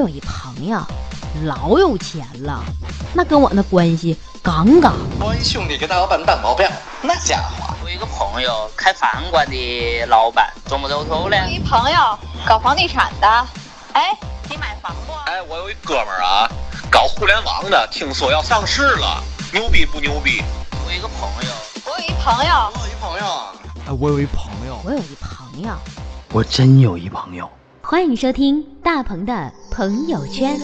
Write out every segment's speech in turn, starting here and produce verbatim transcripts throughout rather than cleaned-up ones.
有一朋友老有钱了，那跟我那关系杠杠。 我一兄弟给大老板当保镖，那家伙。 我一个朋友开饭馆的老板，中不走头嘞。 我一朋友搞房地产的，哎，你买房不？ 哎，我有一哥们儿啊，搞互联网的，听说要上市了，牛逼不牛逼？ 我有一个朋友， 我有一朋友， 我有一朋友， 哎，我有一朋友， 我有一朋友， 我真有一朋友。 欢迎收听大鹏的朋友圈。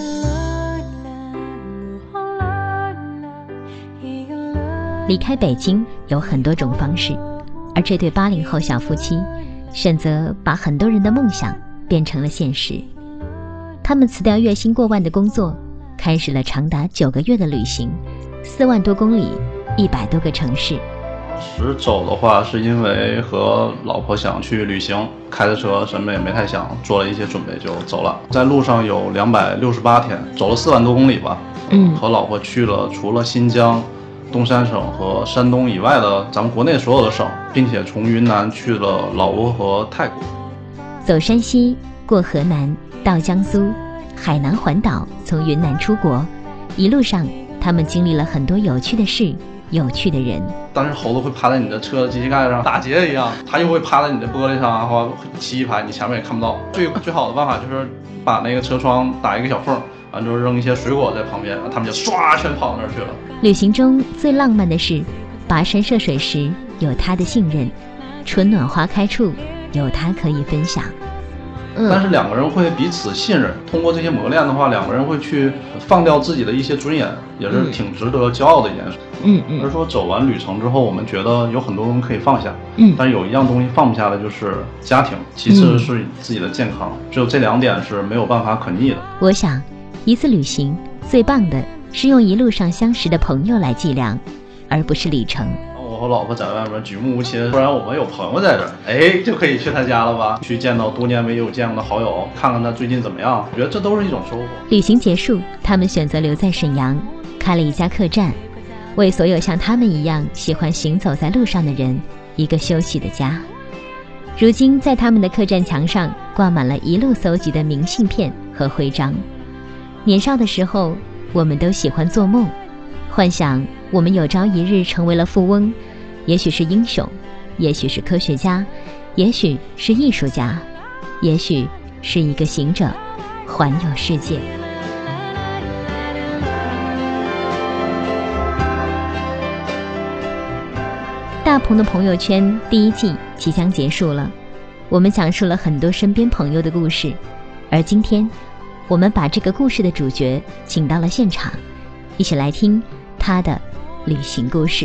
离开北京有很多种方式，而这对八零后小夫妻选择把很多人的梦想变成了现实。他们辞掉月薪过万的工作，开始了长达九个月的旅行，四万多公里，一百多个城市。 时走的话是因为和老婆想去旅行，开着车什么也没太想，做了一些准备就走了。在路上有两百六十八天，走了四万多公里吧。 嗯， 和老婆去了除了新疆、东三省和山东以外的咱们国内所有的省，并且从云南去了老挝和泰国。 走山西，过河南，到江苏，海南环岛，从云南出国，一路上他们经历了很多有趣的事，有趣的人。 但是猴子会趴在你的车的机器盖上打结一样，它又会趴在你的玻璃上，然后骑一排，你前面也看不到。最最好的办法就是把那个车窗打一个小缝，完之后扔一些水果在旁边，他们就唰全跑那儿去了。 旅行中最浪漫的是，跋山涉水时有他的信任，春暖花开处有他可以分享。 但是两个人会彼此信任，通过这些磨练的话，两个人会去放掉自己的一些尊严，也是挺值得骄傲的一件事。 嗯嗯。 而说走完旅程之后，我们觉得有很多东西可以放下， 嗯， 但是有一样东西放不下的就是家庭，其次是自己的健康，嗯、只有这两点是没有办法可逆的。 我想，一次旅行最棒的是用一路上相识的朋友来计量，而不是里程。 我和老婆在外面举目无亲，不然我们有朋友在这儿，哎，就可以去他家了吧？去见到多年没有见过的好友，看看他最近怎么样。我觉得这都是一种收获。 旅行结束，他们选择留在沈阳，开了一家客栈，为所有像他们一样喜欢行走在路上的人一个休息的家。如今，在他们的客栈墙上挂满了一路搜集的明信片和徽章。年少的时候，我们都喜欢做梦，幻想我们有朝一日成为了富翁，也许是英雄，也许是科学家，也许是艺术家，也许是一个行者，环游世界。大鹏的朋友圈第一季即将结束了，我们讲述了很多身边朋友的故事，而今天我们把这个故事的主角请到了现场，一起来听他的旅行故事。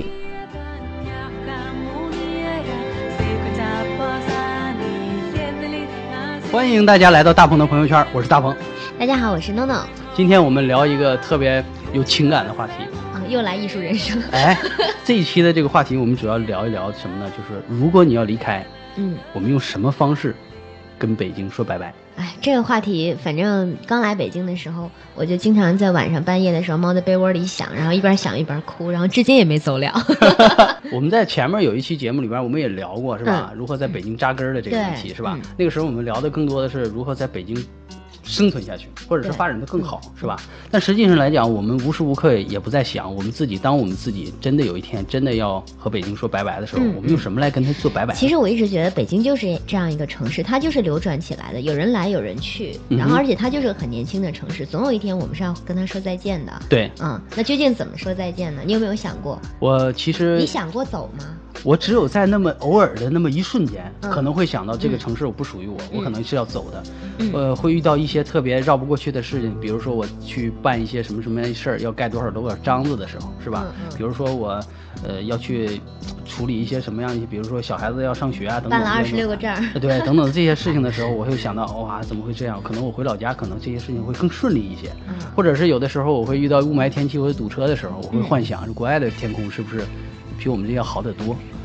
欢迎大家来到大鹏的朋友圈，我是大鹏。 大家好，我是 NONO。 今天我们聊一个特别有情感的话题啊，又来艺术人生。 哎，这一期的这个话题我们主要聊一聊什么呢？就是如果你要离开，嗯，我们用什么方式跟北京说拜拜？ 哎，这个话题，反正刚来北京的时候，我就经常在晚上半夜的时候猫在被窝里想，然后一边想一边哭，然后至今也没走了。 我们在前面有一期节目里边，我们也聊过，是吧？嗯、如何在北京扎根的这个问题，是吧、嗯？那个时候我们聊的更多的是如何在北京生存下去，或者是发展的更好，是吧？但实际上来讲，我们无时无刻也不在想，我们自己，当我们自己真的有一天真的要和北京说拜拜的时候，嗯、我们用什么来跟他做拜拜？ 其实我一直觉得北京就是这样一个城市，它就是流转起来的，有人来有人去，然后而且它就是个很年轻的城市，总有一天我们是要跟他说再见的。 对， 嗯，那究竟怎么说再见呢？你有没有想过？ 我其实你想过走吗？ 我只有在那么偶尔的那么一瞬间、嗯、可能会想到这个城市我不属于我、嗯、我可能是要走的、嗯、呃，会遇到一些特别绕不过去的事情，比如说我去办一些什么什么事儿，要盖多少多少章子的时候，是吧、嗯嗯、比如说我呃要去处理一些什么样一些，比如说小孩子要上学啊等等， 办了二十六个证， 对，等等这些事情的时候，我会想到哇怎么会这样，可能我回老家可能这些事情会更顺利一些、嗯、或者是有的时候我会遇到雾霾天气或者堵车的时候，我会幻想、嗯、国外的天空是不是比我们这要好得多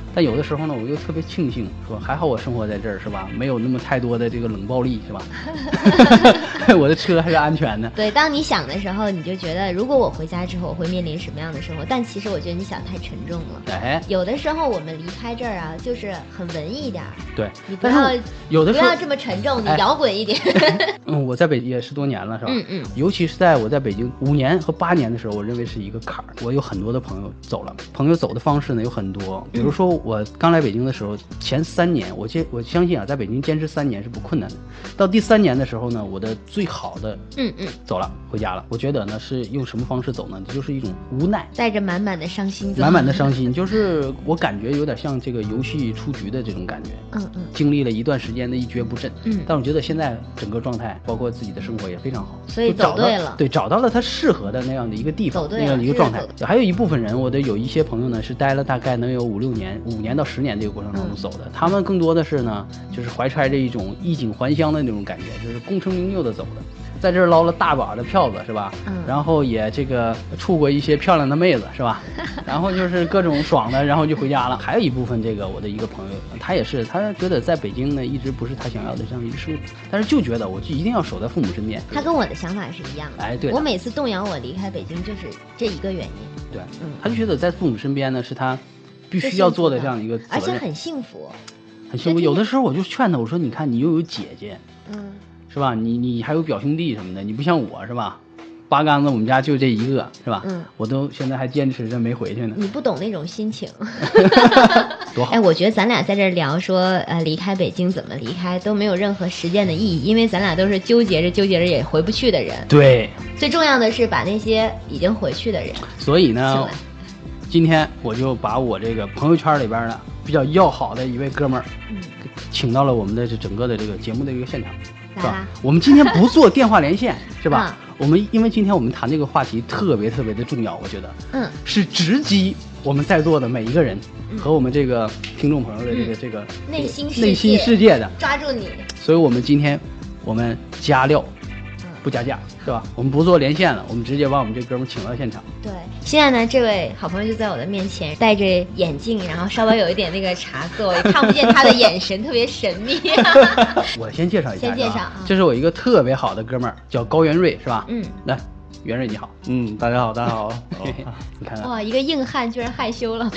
但有的时候呢，我又特别庆幸，说还好我生活在这儿，是吧？没有那么太多的这个冷暴力，是吧？我的车还是安全的。 对，当你想的时候，你就觉得如果我回家之后我会面临什么样的生活？但其实我觉得你想太沉重了。 哎， 有的时候我们离开这儿啊，就是很文艺一点。对，你不要有的时候不要这么沉重，你摇滚一点。 哎、嗯，我在北京也十多年了，是吧？ 嗯嗯。 尤其是在我在北京五年和八年的时候，我认为是一个坎儿。我有很多的朋友走了，朋友走的方式呢有很多，比如说我刚来北京的时候，前三年我坚我相信啊，在北京坚持三年是不困难的。到第三年的时候呢，我的最好的嗯嗯走了，回家了。我觉得呢是用什么方式走呢？就是一种无奈， 带着满满的伤心走， 满满的伤心，就是我感觉有点像这个游戏出局的这种感觉。 嗯嗯， 经历了一段时间的一蹶不振。 嗯， 但我觉得现在整个状态，包括自己的生活也非常好， 所以走对了， 对，找到了他适合的那样的一个地方， 走对了那样的一个状态。还有一部分人，我的有一些朋友呢是待了大概能有五六年，五年到十年这个过程当中走的。嗯、他们更多的是呢，就是怀揣着一种衣锦还乡的那种感觉，就是功成名就的走的。在这儿捞了大把的票子，是吧？嗯，然后也这个处过一些漂亮的妹子，是吧？然后就是各种爽的，然后就回家了。还有一部分这个我的一个朋友，他也是，他觉得在北京呢一直不是他想要的这样一个生活，但是就觉得我就一定要守在父母身边。 他跟我的想法是一样的。 哎，对， 我每次动摇我离开北京就是这一个原因。 对，嗯，他就觉得在父母身边呢是他必须要做的这样的一个责任， 而且很幸福， 很幸福。有的时候我就劝他，我说你看你又有姐姐， 嗯。 是吧？你你还有表兄弟什么的，你不像我是吧？八竿子我们家就这一个，是吧？嗯，我都现在还坚持着没回去呢。 你不懂那种心情， 多好！ 哎，我觉得咱俩在这聊说，呃，离开北京怎么离开都没有任何实践的意义，因为咱俩都是纠结着纠结着也回不去的人。 对， 最重要的是把那些已经回去的人。 所以呢，今天我就把我这个朋友圈里边呢比较要好的一位哥们儿，嗯，请到了我们的这整个的这个节目的一个现场。是吧？我们今天不做电话连线，是吧？嗯、我们因为今天我们谈这个话题特别特别的重要，我觉得，嗯，是直击我们在座的每一个人和我们这个听众朋友的这个、嗯、这个内心内心世界的， 抓住你。 所以我们今天我们加料，不加价，是吧？我们不做连线了，我们直接把我们这哥们请到现场。 对，现在呢，这位好朋友就在我的面前，戴着眼镜，然后稍微有一点那个茶色，也看不见他的眼神，特别神秘。 我先介绍一下， 先介绍啊， 这是我一个特别好的哥们儿，叫高元瑞，是吧？ 嗯， 来，元瑞你好。 嗯，大家好，大家好。 你看看， 哇，一个硬汉居然害羞了。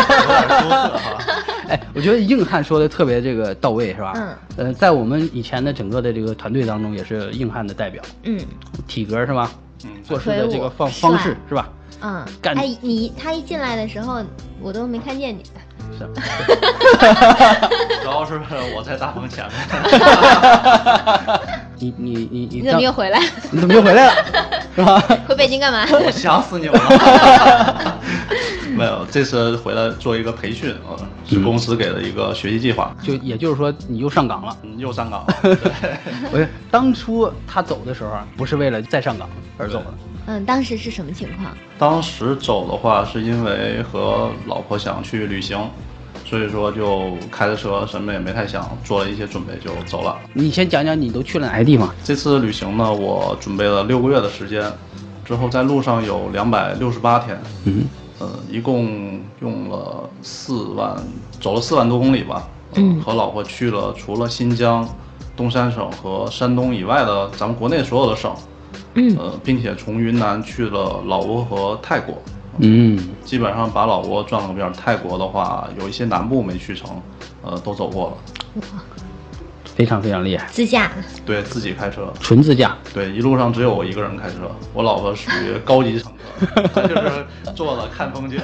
哎，我觉得硬汉说的特别这个到位，是吧？嗯。呃，在我们以前的整个的这个团队当中，也是硬汉的代表。 嗯。体格是吧？嗯。做事的这个方方式是吧？ 嗯。哎，你他一进来的时候，我都没看见你。 是。 主要是我在大棚前面。 你你你你你怎么又回来？ 你怎么又回来了？是吧？ 回北京干嘛？ 我想死你们了！没有，这次回来做一个培训啊，是公司给的一个学习计划。 就也就是说，你又上岗了， 嗯，又上岗了。对， 我当初他走的时候啊，不是为了再上岗而走的。 嗯，当时是什么情况？ 当时走的话，是因为和老婆想去旅行。所以说就开着车，什么也没太想，做了一些准备就走了。 你先讲讲你都去了哪些地方？ 这次旅行呢，我准备了六个月的时间，之后在路上有两百六十八天，嗯，呃，一共用了四万，走了四万多公里吧。嗯，和老婆去了除了新疆、东三省和山东以外的咱们国内所有的省，嗯，呃，并且从云南去了老挝和泰国。 嗯， 基本上把老挝转了个遍。泰国的话，有一些南部没去成，呃，都走过了。 哇， 非常非常厉害。 自驾？ 对，自己开车， 纯自驾。 对，一路上只有我一个人开车，我老婆属于高级乘客，她就是坐了看风景。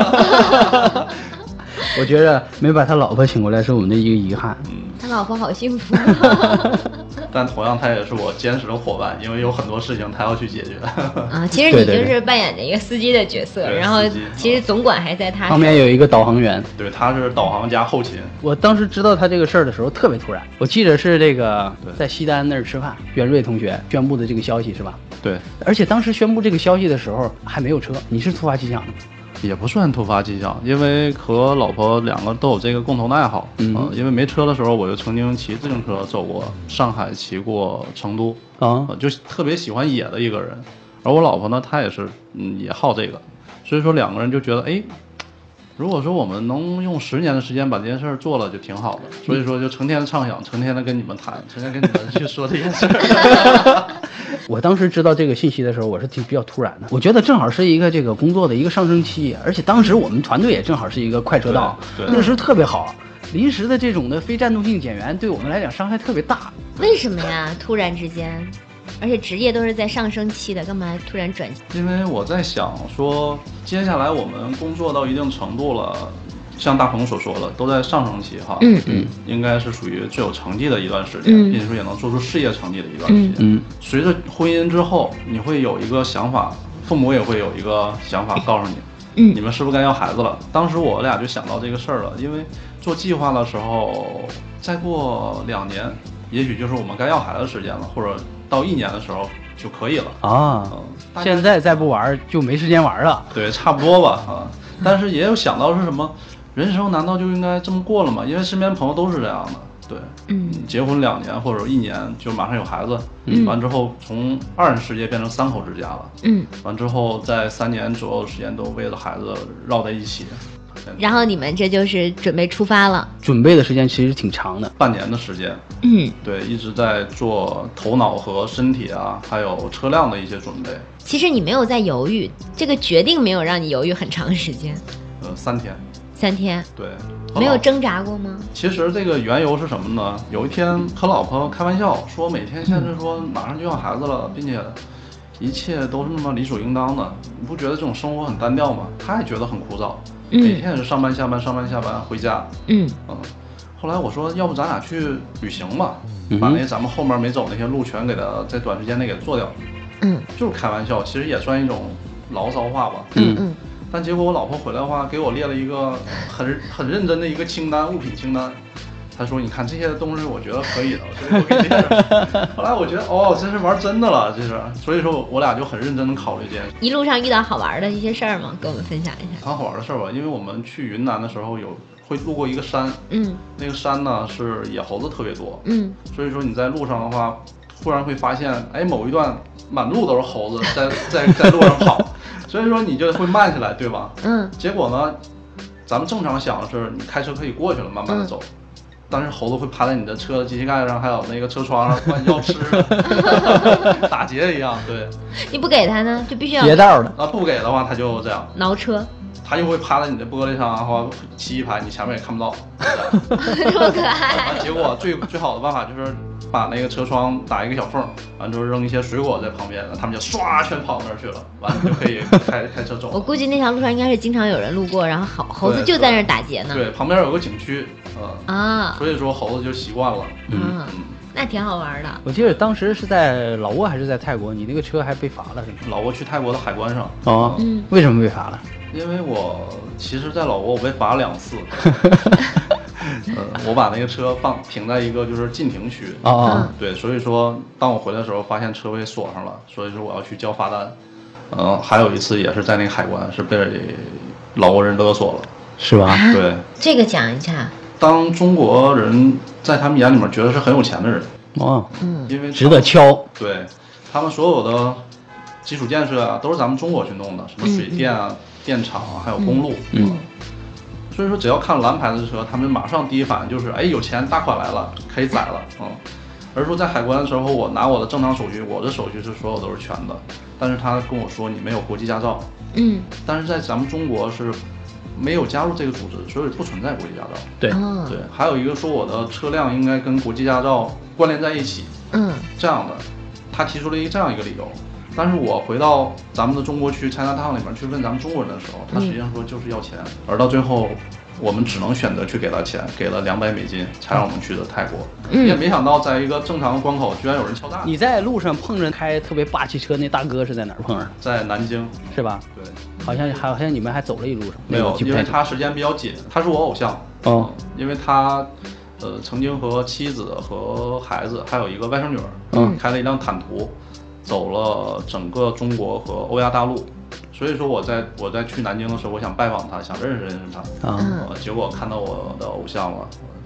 我觉得没把他老婆请过来是我们的一个遗憾。 嗯，他老婆好幸福。 但同样，他也是我坚实的伙伴，因为有很多事情他要去解决。 啊，其实你就是扮演着一个司机的角色，然后其实总管还在他旁边有一个导航员。 对，他是导航加后勤。 我当时知道他这个事儿的时候特别突然，我记得是这个在西单那儿吃饭，袁瑞同学宣布的这个消息是吧？ 对。 而且当时宣布这个消息的时候还没有车，你是突发奇想的吗？ 也不算突发奇想，因为和老婆两个都有这个共同的爱好。嗯、呃，因为没车的时候，我就曾经骑自行车走过上海，骑过成都啊、呃，就特别喜欢野的一个人。而我老婆呢，她也是嗯也好这个，所以说两个人就觉得哎， 如果说我们能用十年的时间把这件事儿做了，就挺好的。所以说，就成天的畅想，成天的跟你们谈，成天跟你们去说这件事儿。 我当时知道这个信息的时候，我是挺比较突然的。我觉得正好是一个这个工作的一个上升期，而且当时我们团队也正好是一个快车道，那个时候特别好。临时的这种的非战斗性减员，对我们来讲伤害特别大。 为什么呀？突然之间，而且职业都是在上升期的，干嘛突然转？ 因为我在想说，接下来我们工作到一定程度了。像大鹏所说的，都在上升期哈， 嗯嗯， 应该是属于最有成绩的一段时间， 嗯、 并且说也能做出事业成绩的一段时间。 嗯， 随着婚姻之后，你会有一个想法，父母也会有一个想法，告诉你， 嗯， 你们是不是该要孩子了？当时我俩就想到这个事儿了，因为做计划的时候，再过两年，也许就是我们该要孩子的时间了，或者到一年的时候就可以了啊。嗯、现在再不玩就没时间玩了。 对，差不多吧啊。但是也有想到是什么？人生难道就应该这么过了吗？因为身边朋友都是这样的，对， 嗯， 结婚两年或者一年就马上有孩子，嗯，完之后从二人世界变成三口之家了， 嗯， 完之后在三年左右的时间都为了孩子绕在一起， 然后你们这就是准备出发了， 准备的时间其实挺长的， 半年的时间， 嗯， 对，一直在做头脑和身体啊，还有车辆的一些准备。 其实你没有在犹豫，这个决定没有让你犹豫很长时间， 呃，三天。 三天， 对， 没有挣扎过吗？ 其实这个缘由是什么呢？有一天和老婆开玩笑说，每天现在说马上就要孩子了，并且一切都是那么理所应当的，你不觉得这种生活很单调吗？他也觉得很枯燥， 嗯、 每天也是上班下班上班下班回家， 嗯嗯。后来我说，要不咱俩去旅行吧，把那咱们后面没走那些路全给他在短时间内给做掉， 嗯， 就是开玩笑，其实也算一种牢骚话吧， 嗯嗯。 但结果我老婆回来的话，给我列了一个很很认真的一个清单，物品清单。她说：“你看这些东西，我觉得可以的，所以我给列了。”后来我觉得，哦，这是玩真的了，这是。所以说我俩就很认真的考虑这件事。 一路上遇到好玩的一些事儿吗？跟我们分享一下。 很好玩的事儿吧，因为我们去云南的时候有会路过一个山， 嗯， 那个山呢是野猴子特别多， 嗯， 所以说你在路上的话，忽然会发现，哎，某一段满路都是猴子在在在路上跑。所以说你就会慢下来，对吧？ 嗯。 结果呢，咱们正常想的是，你开车可以过去了，慢慢的走。嗯、但是猴子会趴在你的车的机器盖上，还有那个车窗上，管你要吃，打劫一样。对。你不给他呢，就必须要劫道的。 啊，不给的话，他就这样挠车。 他就会趴在你的玻璃上，然后骑一排，你前面也看不到。 这么可爱。 结果最最好的办法就是把那个车窗打一个小缝，完之后扔一些水果在旁边，他们就唰全跑那儿去了，完了就可以开开车走。 我估计那条路上应该是经常有人路过，然后猴猴子就在那儿打劫呢。 对，旁边有个景区，嗯啊， 所以说猴子就习惯了。 嗯嗯。那挺好玩的。 我记得当时是在老挝还是在泰国，你那个车还被罚了是吗？ 老挝去泰国的海关上。 哦，嗯，为什么被罚了？ 因为我其实，在老挝我被罚了两次。呃，我把那个车放停在一个就是禁停区。 啊、哦， 对，所以说当我回来的时候，发现车被锁上了，所以说我要去交罚单。嗯，还有一次也是在那个海关，是被老挝人勒索了， 是吧？ 对， 啊、这个讲一下。 当中国人在他们眼里面觉得是很有钱的人， 哦， 嗯， 因为值得敲。 对，他们所有的基础建设啊，都是咱们中国去弄的，什么水电啊、嗯、电厂啊，还有公路， 嗯。 嗯所以说，只要看蓝牌子的车，他们马上第一反应就是，哎，有钱，大款来了，可以宰了，嗯。而说在海关的时候，我拿我的正常手续，我的手续是所有都是全的，但是他跟我说你没有国际驾照， 嗯。 但是在咱们中国是没有加入这个组织，所以不存在国际驾照。 对， 哦、 对。还有一个说我的车辆应该跟国际驾照关联在一起， 嗯， 这样的，他提出了一个这样一个理由。但是我回到咱们的中国区 Chinatown 里面去问咱们中国人的时候，他实际上说就是要钱，嗯、而到最后我们只能选择去给他钱，给了两百美金才让我们去的泰国。 嗯、 也没想到在一个正常的关口居然有人敲诈。 你在路上碰着开特别霸气车那大哥是在哪儿碰上？ 在南京， 是吧？ 对， 好像好像你们还走了一路上。 没有，因为他时间比较紧，他是我偶像。 哦、 嗯，因为他呃曾经和妻子和孩子还有一个外甥女儿， 嗯， 开了一辆坦途。走了整个中国和欧亚大陆，所以说我在我在去南京的时候，我想拜访他，想认识认识他， 啊、 呃，结果看到我的偶像了，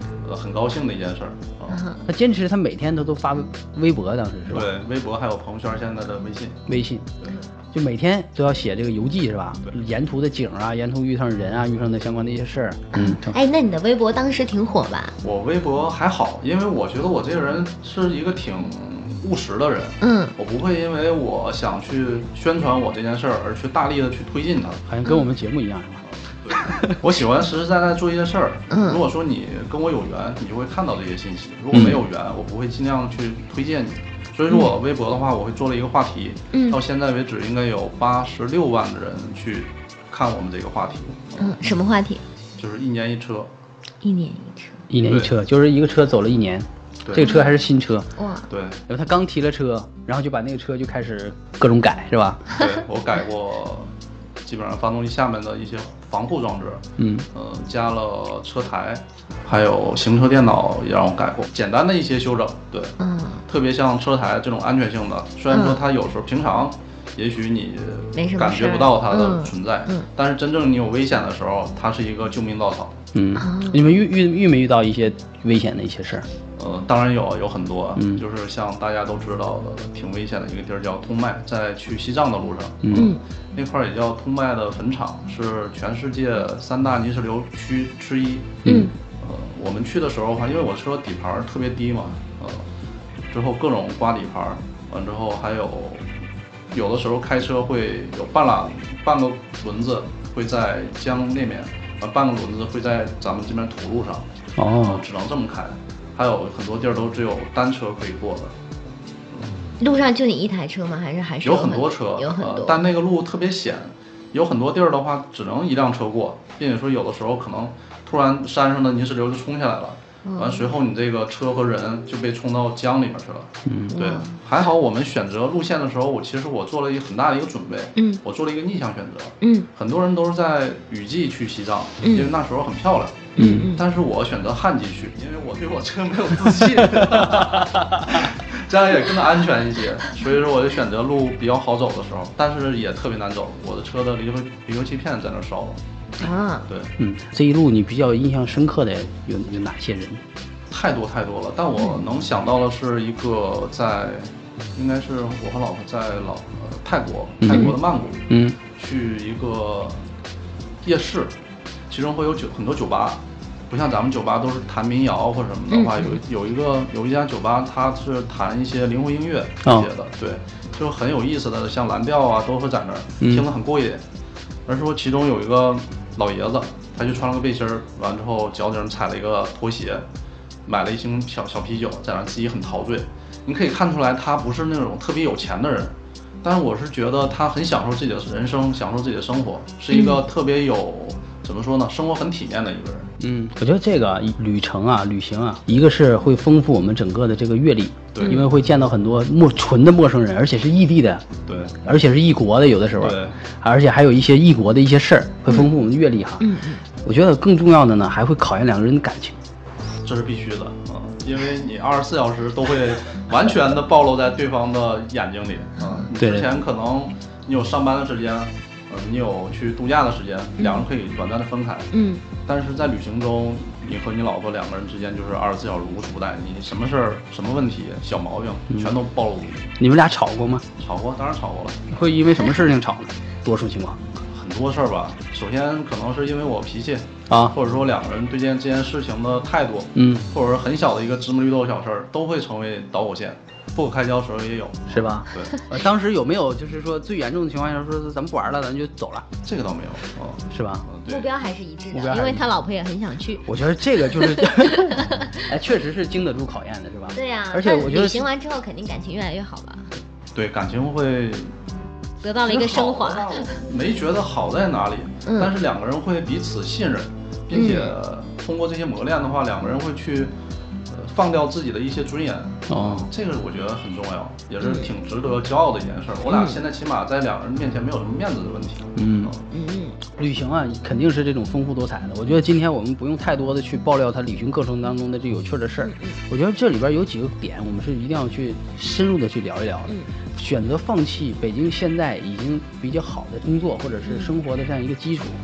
呃很高兴的一件事儿啊。 嗯他坚持他每天他都发微博，当时是吧？ 对，微博还有朋友圈，现在的微信。 微信， 对， 就每天都要写这个游记是吧？ 对， 沿途的景啊，沿途遇上人啊，遇上的相关的一些事儿。嗯， 哎，那你的微博当时挺火吧？ 我微博还好，因为我觉得我这个人是一个挺务实的人。 嗯， 我不会因为我想去宣传我这件事儿而去大力的去推进它， 好像跟我们节目一样是吧？ 对，我喜欢实实在在做一些事儿。 嗯， 如果说你跟我有缘，你就会看到这些信息；如果没有缘，我不会尽量去推荐你。所以说我微博的话，我会做了一个话题， 嗯， 到现在为止应该有八十六万的人去看我们这个话题。 嗯，什么话题？ 就是一年一车。 一年一车。 一年一车，就是一个车走了一年，这个车还是新车。 哇， 对。 然后他刚提了车，然后就把那个车就开始各种改，是吧？ 对，我改过，基本上发动机下面的一些防护装置， 嗯， 呃，加了车台，还有行车电脑也让我改过，简单的一些修整。对， 嗯， 特别像车台这种安全性的，虽然说它有时候平常也许你感觉不到它的存在， 嗯嗯、 但是真正你有危险的时候，它是一个救命稻草。 嗯，你们遇遇遇没遇到一些危险的一些事儿？ 呃，当然有，有很多， 嗯， 就是像大家都知道的，挺危险的一个地儿叫通麦，在去西藏的路上， 嗯， 那块儿也叫通麦的坟场，是全世界三大泥石流区之一。 嗯， 呃，我们去的时候的话，因为我车底盘特别低嘛，呃，之后各种刮底盘，完之后还有有的时候开车会有半拉半个轮子会在江那边，完半个轮子会在咱们这边土路上， 哦， 呃，只能这么开。还有很多地儿都只有单车可以过的。 路上就你一台车吗？还是还是有很很多车？ 有很多、 呃，但那个路特别险，有很多地儿的话只能一辆车过，并且说有的时候可能突然山上的泥石流就冲下来了，完、嗯、随后你这个车和人就被冲到江里面去了。 嗯， 对，还好我们选择路线的时候，我其实我做了一个很大的一个准备， 嗯， 我做了一个逆向选择， 嗯，很多人都是在雨季去西藏， 嗯、 因为那时候很漂亮。 嗯， 但是我选择旱季去，因为我对我车没有自信，这样也更安全一些。所以说我就选择路比较好走的时候，但是也特别难走。我的车的离合离合器片在那烧了。 啊， 对， 嗯，这一路你比较印象深刻的有有哪些人？ 太多太多了，但我能想到的是一个在，应该是我和老婆在老、呃、泰国泰国的曼谷， 嗯， 去一个夜市，其中会有酒很多酒吧。不像咱们酒吧都是弹民谣或者什么的话， 嗯、 有有一个有一家酒吧，它是弹一些灵魂音乐这些的，哦、对，就很有意思的，像蓝调啊，都会在那儿、嗯、听得很过瘾。而说其中有一个老爷子，他就穿了个背心儿，完之后脚底上踩了一个拖鞋，买了一瓶小小啤酒，在那儿自己很陶醉。你可以看出来，他不是那种特别有钱的人，但是我是觉得他很享受自己的人生，享受自己的生活，是一个特别有。嗯怎么说呢？生活很体面的一个人。 嗯，我觉得这个旅程啊，旅行啊，一个是会丰富我们整个的这个阅历， 对， 因为会见到很多陌纯的陌生人，而且是异地的， 对， 而且是异国的，有的时候， 对， 而且还有一些异国的一些事儿，会丰富我们的阅历哈。 嗯嗯， 我觉得更重要的呢，还会考验两个人的感情， 这是必须的啊、嗯，因为你二十四小时都会完全的暴露在对方的眼睛里啊、嗯。你之前可能你有上班的时间。呃，你有去度假的时间，两人可以短暂的分开。 嗯， 但是在旅行中，你和你老婆两个人之间就是二十四小时无处不在，你什么事儿、什么问题、小毛病，全都暴露出去。 你们俩吵过吗？ 吵过，当然吵过了。 会因为什么事情吵呢？多数情况， 很多事儿吧。首先可能是因为我脾气啊， 或者说两个人对这件这件事情的态度， 嗯， 或者是很小的一个芝麻绿豆小事儿，都会成为导火线。不可开交的时候也有， 是吧？ 对， 呃，当时有没有就是说最严重的情况下说咱们不玩了，咱就走了？ 这个倒没有，哦， 是吧？ 目标还是一致的，因为他老婆也很想去。 我觉得这个就是，哎，确实是经得住考验的，是吧？ 对呀、啊， 而且我觉得旅行完之后肯定感情越来越好吧？ 对，感情会得到了一个升华。 没觉得好在哪里， 嗯、 但是两个人会彼此信任，并且通过这些磨练的话，两个人会去。放掉自己的一些尊严哦， 这个我觉得很重要，也是挺值得骄傲的一件事。嗯、我俩现在起码在两个人面前没有什么面子的问题。 嗯嗯，旅行啊，肯定是这种丰富多彩的。我觉得今天我们不用太多的去爆料他旅行过程当中的这有趣的事儿。我觉得这里边有几个点，我们是一定要去深入的去聊一聊的。 嗯、 选择放弃北京现在已经比较好的工作或者是生活的这样一个基础，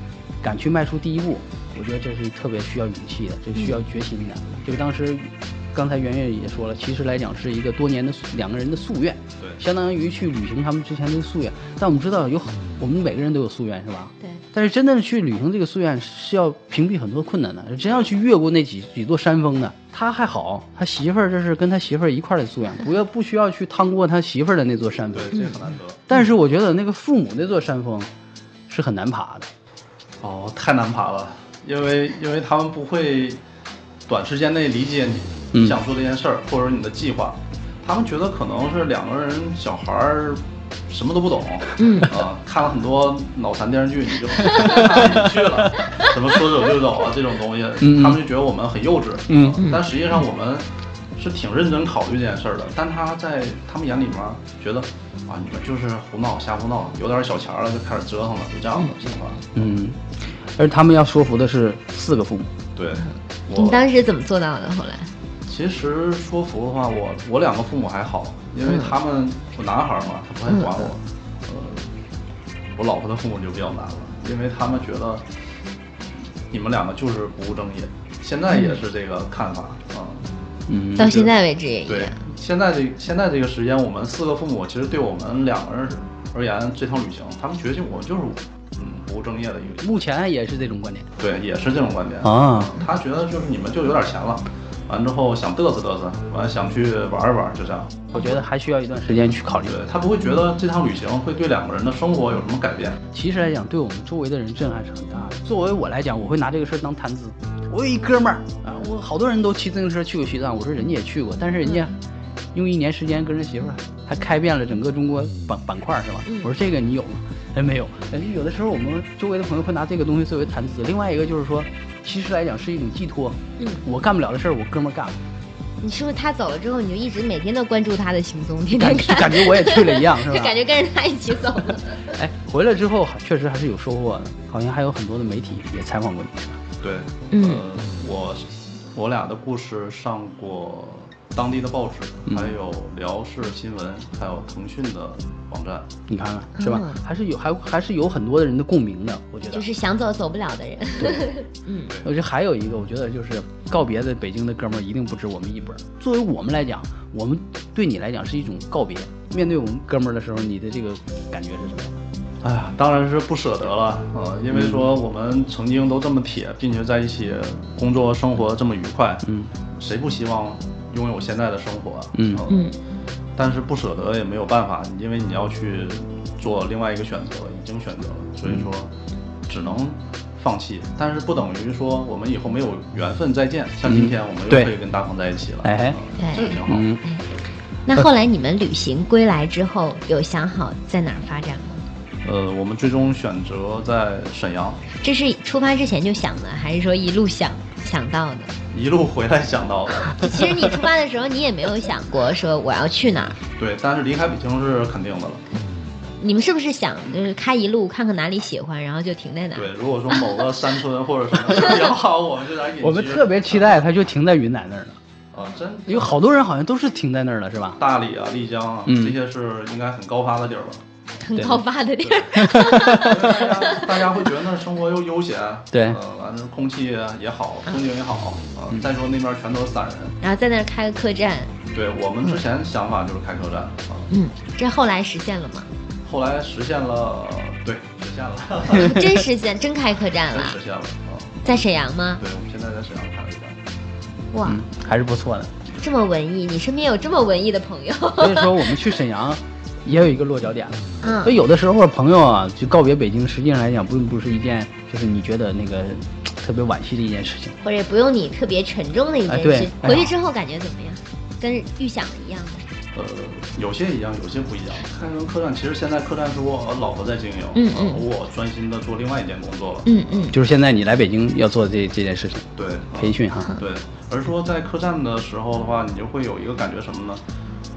敢去迈出第一步，我觉得这是特别需要勇气的，这需要决心的。这个当时刚才圆圆也说了，其实来讲是一个多年的两个人的夙愿， 对， 相当于去履行他们之前的夙愿。但我们知道有我们每个人都有夙愿，是吧？ 对。 但是真正的去履行这个夙愿是要屏蔽很多困难的，真要去越过那几几座山峰的。他还好，他媳妇儿这是跟他媳妇儿一块儿的夙愿，不要不需要去趟过他媳妇儿的那座山峰。 对，这很难得。 但是我觉得那个父母那座山峰是很难爬的。 哦，太难爬了，因为因为他们不会短时间内理解你你想做这件事儿，或者你的计划。他们觉得可能是两个人小孩儿什么都不懂，嗯啊，看了很多脑残电视剧，你就看进去了，什么说走就走啊这种东西，嗯、他们就觉得我们很幼稚，嗯、啊，但实际上我们是挺认真考虑这件事儿的。但他在他们眼里面觉得啊，你们就是胡闹瞎胡闹，有点小钱了就开始折腾了，就这样的情况。 嗯，而他们要说服的是四个父母。 对， 你当时怎么做到的？后来？ 其实说服的话，我我两个父母还好，因为他们我男孩嘛，他不太管我。呃，我老婆的父母就比较难了，因为他们觉得你们两个就是不务正业，现在也是这个看法啊。 嗯， 到现在为止也一样。 对，现在这现在这个时间，我们四个父母其实对我们两个人而言，这趟旅行，他们觉得我们就是嗯不务正业的一个。 目前也是这种观点。 对，也是这种观点啊。 他觉得就是你们就有点钱了。完之后想嘚瑟嘚瑟，完想去玩一玩，就这样。 我觉得还需要一段时间去考虑。 对，他不会觉得这趟旅行会对两个人的生活有什么改变。 其实来讲，对我们周围的人震撼是很大的。作为我来讲，我会拿这个事儿当谈资。我有一哥们儿啊，我好多人都骑自行车去过西藏，我说人家也去过，但是人家用一年时间跟人媳妇儿还开遍了整个中国板板块，是吧？我说这个你有吗？哎，没有。有的时候我们周围的朋友会拿这个东西作为谈资。另外一个就是说，其实来讲是一种寄托。嗯，我干不了的事儿，我哥们儿干了。 你是不是他走了之后，你就一直每天都关注他的行踪，天天看， 感觉我也去了一样，是吧？ 就感觉跟着他一起走了。 哎，回来之后确实还是有收获的，好像还有很多的媒体也采访过你。 对， 嗯， 呃，我我俩的故事上过当地的报纸，还有辽视新闻，还有腾讯的网站， 你看看是吧？嗯、还是有还还是有很多的人的共鸣的，我觉得。 就是想走走不了的人。 对，嗯，我觉得还有一个，我觉得就是告别的北京的哥们儿一定不止我们一本。作为我们来讲，我们对你来讲是一种告别。面对我们哥们儿的时候，你的这个感觉是什么样？ 哎呀，当然是不舍得了啊、呃！因为说我们曾经都这么铁，并且在一起工作生活这么愉快，嗯，谁不希望拥有现在的生活？嗯嗯，但是不舍得也没有办法，因为你要去做另外一个选择，已经选择了，所以说只能放弃。但是不等于说我们以后没有缘分再见，像今天我们又可以跟大鹏在一起了，哎、嗯，这个挺好。嗯， 那后来你们旅行归来之后，有想好在哪儿发展吗？ 呃，我们最终选择在沈阳。 这是出发之前就想的，还是说一路想想到的？ 一路回来想到的。 其实你出发的时候，你也没有想过说我要去哪儿。 对，但是离开北京是肯定的了。 你们是不是想就是开一路，看看哪里喜欢，然后就停在哪儿？ 对，如果说某个山村或者什么比较好，我们就在。 我们特别期待它就停在云南那儿了。 啊，真有好多人好像都是停在那儿了，是吧？ 大理啊、丽江啊，嗯、这些是应该很高发的地儿吧？ 很高发的地儿， 大家大家会觉得那生活又悠闲， 对， 呃，完了空气也好，风景也好，啊、呃，再说那边全都是散人， 然后在那儿开个客栈。 对，我们之前想法就是开客栈，啊， 嗯，这后来实现了吗？ 后来实现了，对，实现了， 真实现，真开客栈了， 真实现了，啊， 在沈阳吗？ 对，我们现在在沈阳开了一家， 哇、 嗯，还是不错的， 这么文艺，你身边有这么文艺的朋友， 所以说我们去沈阳。也有一个落脚点了， 嗯， 所以有的时候朋友啊，就告别北京，实际上来讲，并不是一件就是你觉得那个特别惋惜的一件事情， 或者也不用你特别沉重的一件事。 哎、 对，回去之后感觉怎么样？跟预想的一样吗？ 呃，有些一样，有些不一样。开源客栈，其实现在客栈是我老婆在经营， 嗯嗯， 呃、我专心的做另外一件工作了， 嗯嗯， 就是现在你来北京要做这这件事情， 对， 培训哈， 对。而说在客栈的时候的话，你就会有一个感觉什么呢？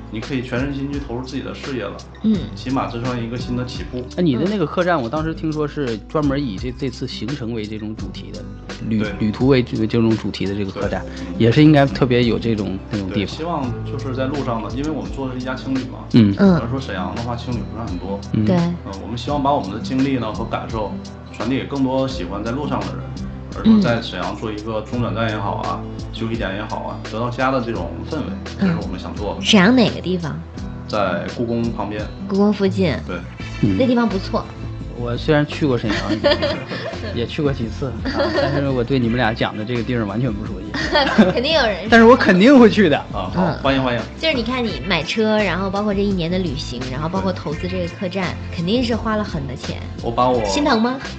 你可以全身心去投入自己的事业了， 嗯， 起码这算一个新的起步。 那你的那个客栈，我当时听说是专门以这这次行程为这种主题的，旅旅途为这个这种主题的这个客栈，也是应该特别有这种那种地方。 希望就是在路上呢，因为我们做的是一家青旅嘛， 嗯嗯，比如说沈阳的话，青旅不是很多， 嗯，对， 嗯，我们希望把我们的经历呢和感受传递给更多喜欢在路上的人。而说在沈阳做一个中转站也好啊，休息点也好啊，得到家的这种氛围，这是我们想做的。 沈阳哪个地方？ 在故宫旁边。 故宫附近。 对， 嗯， 那地方不错。 我虽然去过沈阳，也去过几次、啊，但是我对你们俩讲的这个地儿完全不熟悉。 肯定有人， 但是我肯定会去的啊！好，欢迎欢迎。 就是你看，你买车，然后包括这一年的旅行，然后包括投资这个客栈，肯定是花了很多钱。 我把我心疼吗？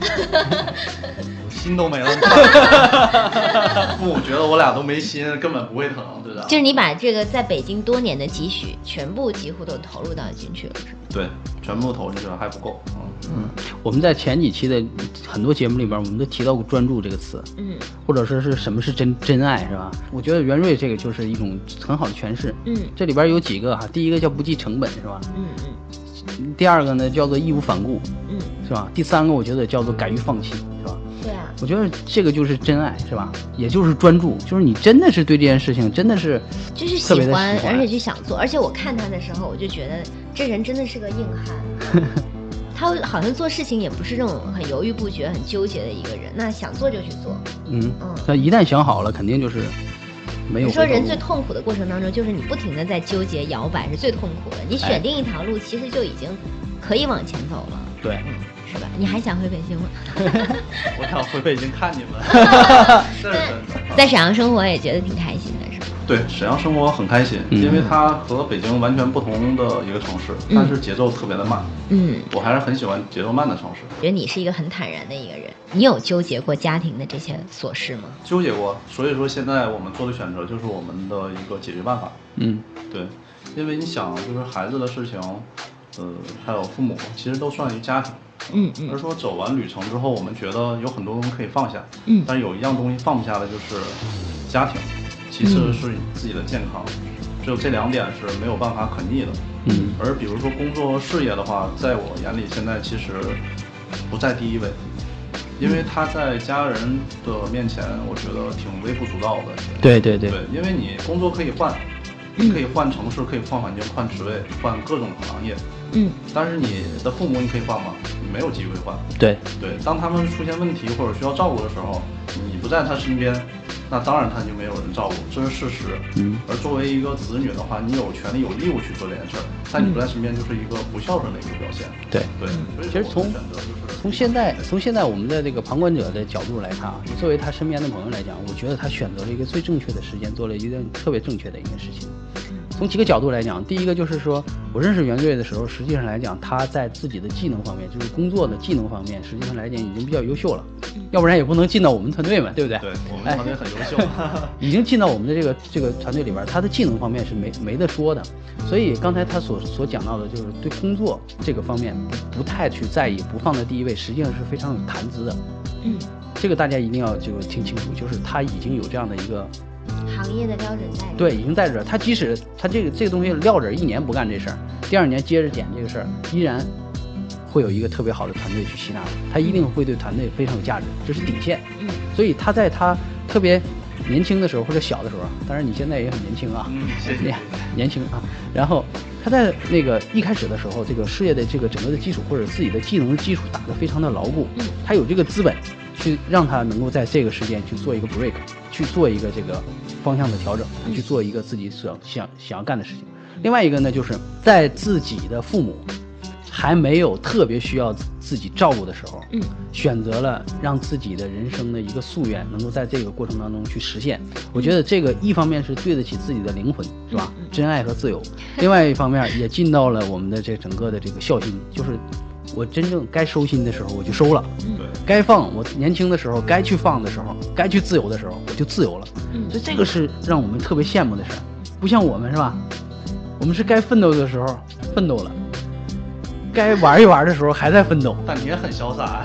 心都没了。父母觉得我俩都没心，根本不会疼，对吧？ 就是你把这个在北京多年的积蓄，全部几乎都投入到进去了，是吗？ 对，全部投进去了还不够。嗯嗯，我们在前几期的很多节目里边，我们都提到过专注这个词， 嗯， 或者说是什么是真真爱，是吧？我觉得袁瑞这个就是一种很好的诠释。 嗯， 这里边有几个哈，第一个叫不计成本，是吧？ 嗯嗯。第二个呢叫做义无反顾， 嗯， 是吧？第三个我觉得叫做敢于放弃，是吧？ 对啊。 我觉得这个就是真爱，是吧？也就是专注，就是你真的是对这件事情真的是就是喜欢， 特别的喜欢而且就想做。而且我看他的时候，我就觉得这人真的是个硬汉。他好像做事情也不是这种很犹豫不决、很纠结的一个人，那想做就去做。 嗯嗯，他一旦想好了，肯定就是没有。 你说人最痛苦的过程当中，就是你不停的在纠结摇摆，是最痛苦的。你选定一条路，其实就已经可以往前走了。 对， 嗯，是吧？你还想回北京吗？ 我想回北京看你们。这是真的。 在沈阳生活也觉得挺开心的，是吧？ 对，沈阳生活很开心， 嗯、 因为它和北京完全不同的一个城市，但是节奏特别的慢。 嗯， 我还是很喜欢节奏慢的城市。 我觉得你是一个很坦然的一个人，你有纠结过家庭的这些琐事吗？ 纠结过，所以说现在我们做的选择就是我们的一个解决办法。 嗯， 对，因为你想，就是孩子的事情，呃，还有父母，其实都算于家庭。 嗯嗯。 而说走完旅程之后，我们觉得有很多东西可以放下。 嗯。 但是有一样东西放不下的就是家庭。其次是自己的健康，只有这两点是没有办法可逆的。 嗯， 而比如说工作和事业的话，在我眼里现在其实不在第一位，因为他在家人的面前，我觉得挺微不足道的。 对对对。 对，因为你工作可以换，你可以换城市，可以换环境，换职位，换各种行业。 嗯。 但是你的父母你可以换吗？你没有机会换。 对对，当他们出现问题或者需要照顾的时候，你不在他身边。那当然他就没有人照顾，这是事实。 嗯， 而作为一个子女的话，你有权利有义务去做这件事儿，但你不在身边就是一个不孝顺的一个表现。 对对， 其实从从现在从现在我们的这个旁观者的角度来看啊，作为他身边的朋友来讲，我觉得他选择了一个最正确的时间，做了一件特别正确的一件事情。从几个角度来讲，第一个就是说我认识袁瑞的时候，实际上来讲他在自己的技能方面，就是工作的技能方面，实际上来讲已经比较优秀了，要不然也不能进到我们团队嘛，对不对？ 对，我们团队很优秀， 哎、已经进到我们的这个这个团队里边，他的技能方面是没没得说的。所以刚才他所所讲到的，就是对工作这个方面不不太去在意，不放在第一位，实际上是非常有谈资的。 嗯， 这个大家一定要这个听清楚，就是他已经有这样的一个。 行业的标准在对，已经在这儿。他即使他这个这个东西撂着一年不干这事儿，第二年接着捡这个事儿，依然会有一个特别好的团队去吸纳他。他一定会对团队非常有价值，这是底线。 嗯， 所以他在他特别年轻的时候或者小的时候，当然你现在也很年轻啊， 嗯，谢谢， 年轻啊。然后他在那个一开始的时候，这个事业的这个整个的基础或者自己的技能的基础打得非常的牢固， 嗯， 他有这个资本去让他能够在这个时间去做一个 break。去做一个这个方向的调整，去做一个自己所想想要干的事情。另外一个呢，就是在自己的父母还没有特别需要自己照顾的时候， 嗯， 选择了让自己的人生的一个夙愿能够在这个过程当中去实现。我觉得这个一方面是对得起自己的灵魂，是吧？真爱和自由。另外一方面也尽到了我们的这整个的这个孝心，就是我真正该收心的时候我就收了， 对， 该放我年轻的时候该去放的时候，该去自由的时候我就自由了。 嗯， 所以这个是让我们特别羡慕的事儿，不像我们是吧？我们是该奋斗的时候奋斗了，该玩一玩的时候还在奋斗。 但你也很潇洒。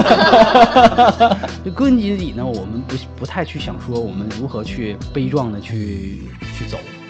就归根结底呢，我们不不太去想说我们如何去悲壮的去去走，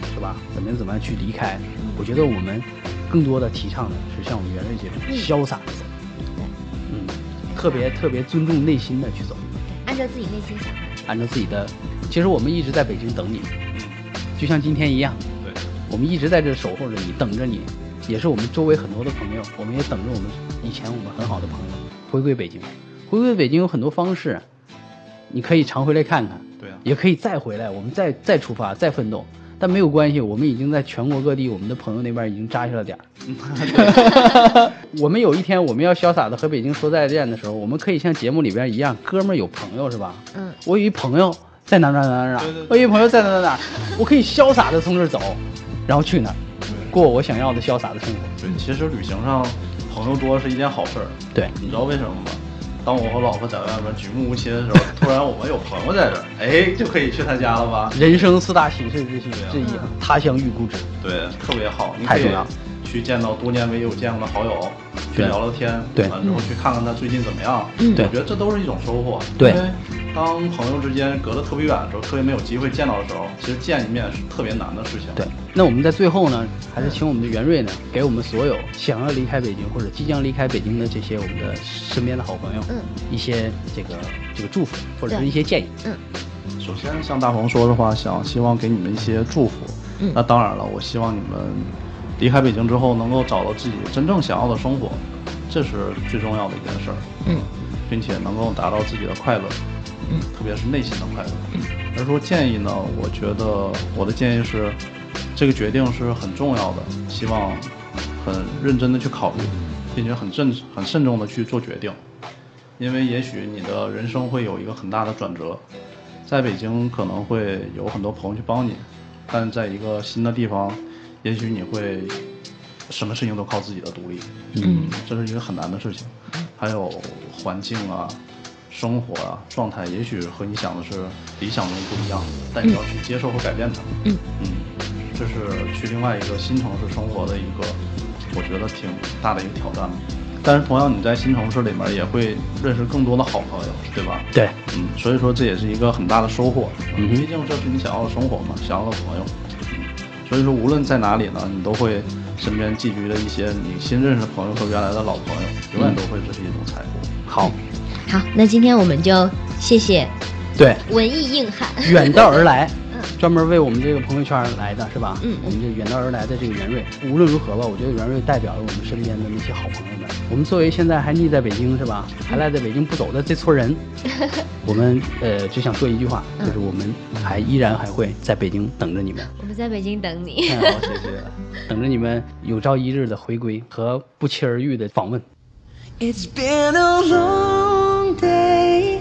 是吧？怎么怎么样去离开？我觉得我们更多的提倡的是像我们袁瑞这种潇洒的走，嗯，特别特别尊重内心的去走， 按照自己内心想法， 按照自己的。其实我们一直在北京等你，就像今天一样， 对， 我们一直在这守候着你，等着你，也是我们周围很多的朋友，我们也等着我们以前我们很好的朋友回归北京。回归北京有很多方式，你可以常回来看看， 对啊， 也可以再回来，我们再再出发，再奋斗。但没有关系，我们已经在全国各地，我们的朋友那边已经扎下了点儿。我们有一天我们要潇洒的和北京说再见的时候，我们可以像节目里边一样，哥们儿有朋友是吧？嗯，我有一朋友在哪哪哪哪哪，我有一朋友在哪哪哪，我可以潇洒的从这儿走，然后去哪儿，过我想要的潇洒的生活。 对，其实旅行上朋友多是一件好事儿。 对， 你知道为什么吗？当我和老婆在外边举目无亲的时候，突然我们有朋友在这儿，哎，就可以去他家了吧？ 人生四大喜事之一之一，他乡遇故知， 对，特别好。你太重要。 去见到多年没有见过的好友，去聊聊天， 对， 完之后去看看他最近怎么样， 嗯， 我觉得这都是一种收获。 对， 因为当朋友之间隔得特别远的时候，特别没有机会见到的时候，其实见一面是特别难的事情。 对，那我们在最后呢，还是请我们的袁瑞呢，给我们所有想要离开北京或者即将离开北京的这些我们的身边的好朋友，嗯，一些这个这个祝福或者是一些建议。嗯， 首先像大鹏说的话，想希望给你们一些祝福。嗯，那当然了，我希望你们离开北京之后能够找到自己真正想要的生活，这是最重要的一件事儿。嗯，并且能够达到自己的快乐，嗯，特别是内心的快乐。嗯，而说建议呢，我觉得我的建议是，这个决定是很重要的，希望很认真的去考虑，并且很慎很慎重的去做决定，因为也许你的人生会有一个很大的转折，在北京可能会有很多朋友去帮你，但在一个新的地方，也许你会什么事情都靠自己的独立，嗯，这是一个很难的事情。还有环境啊、生活啊、状态，也许和你想的是理想中不一样，但你要去接受和改变它。嗯嗯，这是去另外一个新城市生活的一个，我觉得挺大的一个挑战。但是同样，你在新城市里面也会认识更多的好朋友，对吧？ 对， 嗯，所以说这也是一个很大的收获。嗯，毕竟这是你想要的生活嘛，想要的朋友。所以说，无论在哪里呢，你都会身边寄居的一些你新认识的朋友和原来的老朋友，永远都会这是一种财富。 好， 好，那今天我们就谢谢， 对， 文艺硬汉远道而来，专门为我们这个朋友圈来的是吧？嗯，我们这远道而来的这个袁瑞，无论如何吧，我觉得袁瑞代表了我们身边的那些好朋友们。我们作为现在还腻在北京是吧，还赖在北京不走的这撮人，我们呃只想说一句话，就是我们还依然还会在北京等着你们。 我们在北京等你， 好，谢谢，等着你们有朝一日的回归和不期而遇的访问。It's been a long day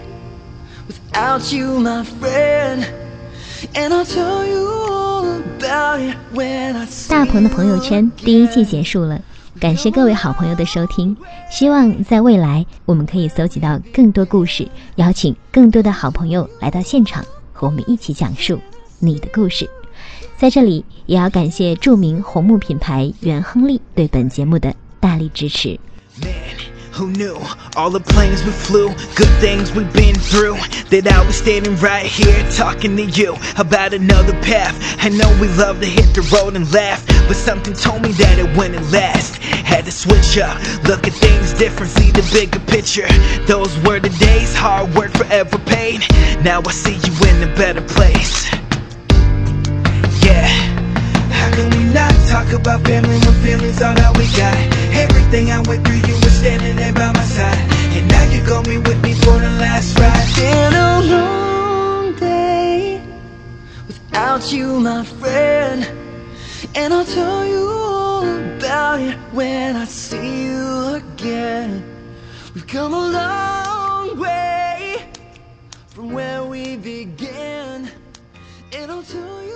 without you, my friend, and I'll tell you all about it when I see you. 大鹏的朋友圈第一季结束了，感谢各位好朋友的收听，希望在未来我们可以搜集到更多故事，邀请更多的好朋友来到现场，和我们一起讲述你的故事。在这里也要感谢著名红木品牌原亨利对本节目的大力支持。 Who knew all the planes we flew, good things we've been through, that I was standing right here talking to you about another path. I know we love to hit the road and laugh, but something told me that it wouldn't last. Had to switch up, look at things different, see the bigger picture. Those were the days, hard work forever paid. Now I see you in a better place. Yeah. How can we not talk about family when feelings all that we got? Everything I went through, you were standing there by my side, and now you gon' be with me for the last ride. It's been a long day without you, my friend, and I'll tell you all about it when I see you again. We've come a long way from where we began, and I'll tell you